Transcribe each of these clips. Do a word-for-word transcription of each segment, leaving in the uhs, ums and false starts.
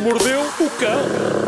mordeu o cão.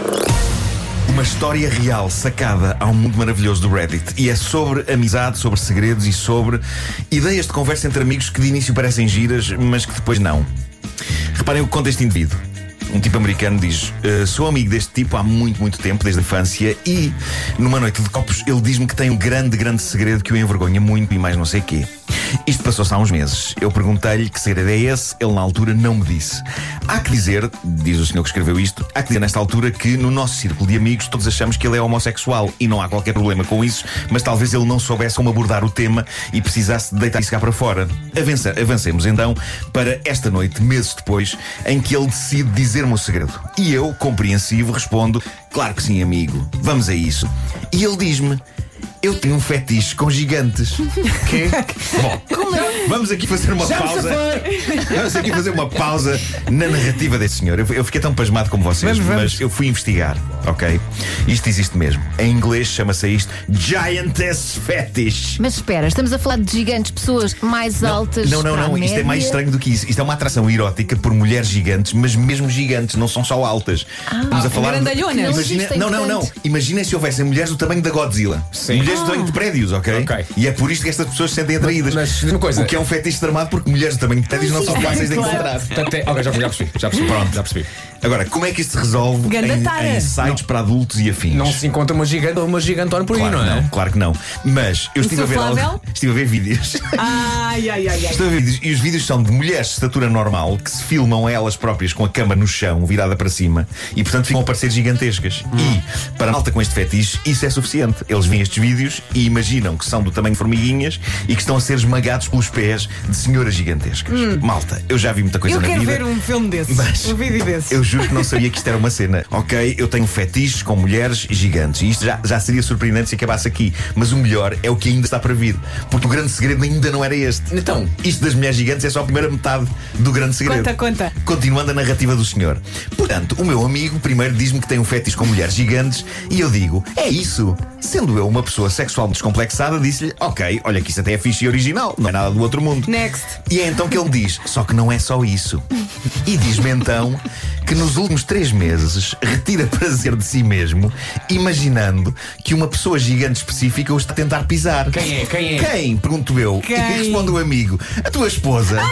Uma história real sacada ao mundo maravilhoso do Reddit. E é sobre amizade, sobre segredos e sobre ideias de conversa entre amigos que de início parecem giras, mas que depois não. Reparem o que conta este indivíduo. Um tipo americano diz: uh, sou amigo deste tipo há muito, muito tempo, desde a infância. E numa noite de copos ele diz-me que tem um grande, grande segredo que o envergonha muito e mais não sei quê. Isto passou-se há uns meses. Eu perguntei-lhe que segredo é esse. Ele na altura não me disse. Há que dizer, diz o senhor que escreveu isto, há que dizer nesta altura que no nosso círculo de amigos todos achamos que ele é homossexual. E não há qualquer problema com isso, mas talvez ele não soubesse como abordar o tema e precisasse de deitar isso cá para fora. Avança, avancemos então para esta noite, meses depois, em que ele decide dizer-me o segredo. E eu, compreensivo, respondo: claro que sim, amigo, vamos a isso. E ele diz-me: eu tenho um fetiche com gigantes. Quê? Bom, vamos aqui fazer uma pausa. Vamos aqui fazer uma pausa na narrativa desse senhor. Eu, eu fiquei tão pasmado como vocês, vamos, vamos. mas eu fui investigar, ok? Isto existe mesmo. Em inglês chama-se isto Giantess Fetish. Mas espera, estamos a falar de gigantes, pessoas mais não, altas. Não, não, para não. a Isto média. é mais estranho do que isso. Isto é uma atração erótica por mulheres gigantes, mas mesmo gigantes, não são só altas. Ah, Estamos a falar. grandalhonas. Não Imagina, existem não, não, não. tanto. Imaginem se houvessem mulheres do tamanho da Godzilla. Sim. Mulheres do tamanho de prédios, ok? Ok. E é por isto que estas pessoas se sentem atraídas. Mas diz uma coisa. O que é um fetiche tramado porque mulheres do tamanho de prédios não são fáceis de Claro. encontrar. Portanto, é- ok, já, já percebi, já percebi. Pronto, já percebi. Agora, como é que isto se resolve Ganda em, tara. em sites para adultos e afins? Não se encontra uma gigante ou uma gigantona por aí, Claro não que é? não, claro que não. Mas eu estive a ver Insuflável? algo- estive a ver vídeos. Ai, ai, ai, ai. Estou a ver vídeos, e os vídeos são de mulheres de estatura normal que se filmam a elas próprias com a cama no chão, virada para cima, e portanto ficam a parecer gigantescas. E para a malta com este fetiche, isso é suficiente. Eles veem estes vídeos e imaginam que são do tamanho de formiguinhas e que estão a ser esmagados pelos pés de senhoras gigantescas. Malta, eu já vi muita coisa Eu na quero vida. ver um filme desses. Mas Um vídeo desses. eu juro que não sabia que isto era uma cena. Ok, eu tenho fetiches com mulheres gigantes. E isto já, já seria surpreendente se acabasse aqui. Mas o melhor é o que ainda está para vir. Porque o grande segredo ainda não era este. Então, Isto das mulheres gigantes é só a primeira metade do grande segredo. Conta, conta. Continuando a narrativa do senhor. Portanto, o meu amigo primeiro diz-me que tem um fetiche com mulheres gigantes. E eu digo: é isso. Sendo eu uma pessoa sexualmente descomplexada, disse-lhe: ok, olha que isso até é fixe e original. Não é nada do outro mundo. Next. E é então que ele me diz: só que não é só isso. E diz-me então que nos últimos três meses retira prazer de si mesmo, imaginando que uma pessoa gigante específica o está a tentar pisar. quem é? Quem é? Quem? Pergunto eu. Quem? E responde o amigo: a tua esposa.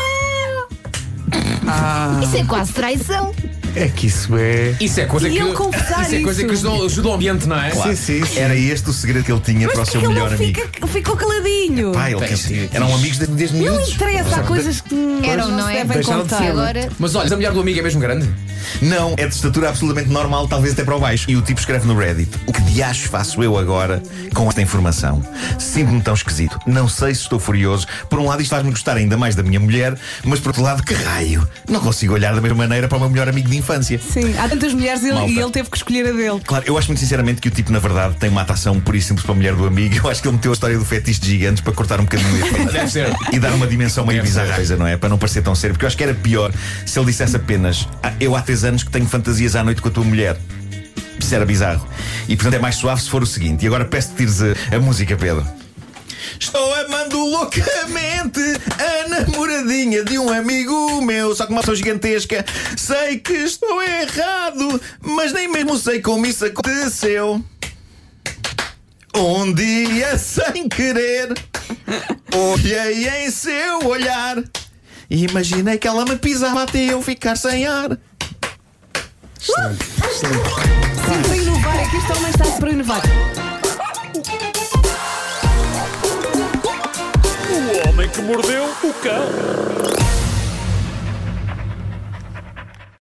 Isso é quase traição. É que isso é. Isso é coisa E que. ele confessar Isso é coisa isso. que ajuda, ajuda o ambiente, não é? Claro. Sim, sim. Era este o segredo que ele tinha para o Mas seu porque ele melhor não amigo. fica, ficou caladinho. Pai, ele quis- Sim. eram amigos desde, desde Não miúdos. interessa, há coisas que Eram, não não se é? devem Deixaram de contar. ser agora. Mas olha, a mulher do amigo é mesmo grande? Não, é de estatura absolutamente normal, talvez até para o baixo. E o tipo escreve no Reddit: o que de acho faço eu agora com esta informação? Sinto-me tão esquisito. Não sei se estou furioso. Por um lado, isto faz-me gostar ainda mais da minha mulher, mas por outro lado, que raio! Não consigo olhar da mesma maneira para o meu melhor amigo de infância. Sim, há tantas mulheres e ele, Malta. e ele teve que escolher a dele. Claro, eu acho muito sinceramente que o tipo, na verdade, tem uma atração pura e simples para a mulher do amigo. Eu acho que ele meteu a história do fetiche de gigantes para cortar um bocadinho o Deve ser. e dar uma dimensão meio Deve bizarra à ser. coisa, não é? Para não parecer tão sério. Porque eu acho que era pior se ele dissesse apenas: "Ah, eu há três anos que tenho fantasias à noite com a tua mulher." Isso era bizarro. E portanto é mais suave se for o seguinte. E agora peço que tires a, a música, Pedro. Estou amando loucamente a namoradinha de um amigo meu, só que uma pessoa gigantesca. Sei que estou errado, mas nem mesmo sei como isso aconteceu. Um dia, sem querer, olhei em seu olhar e imaginei que ela me pisava até eu ficar sem ar. Sim, para inovar, é que este homem está para inovar. O homem que mordeu o cão.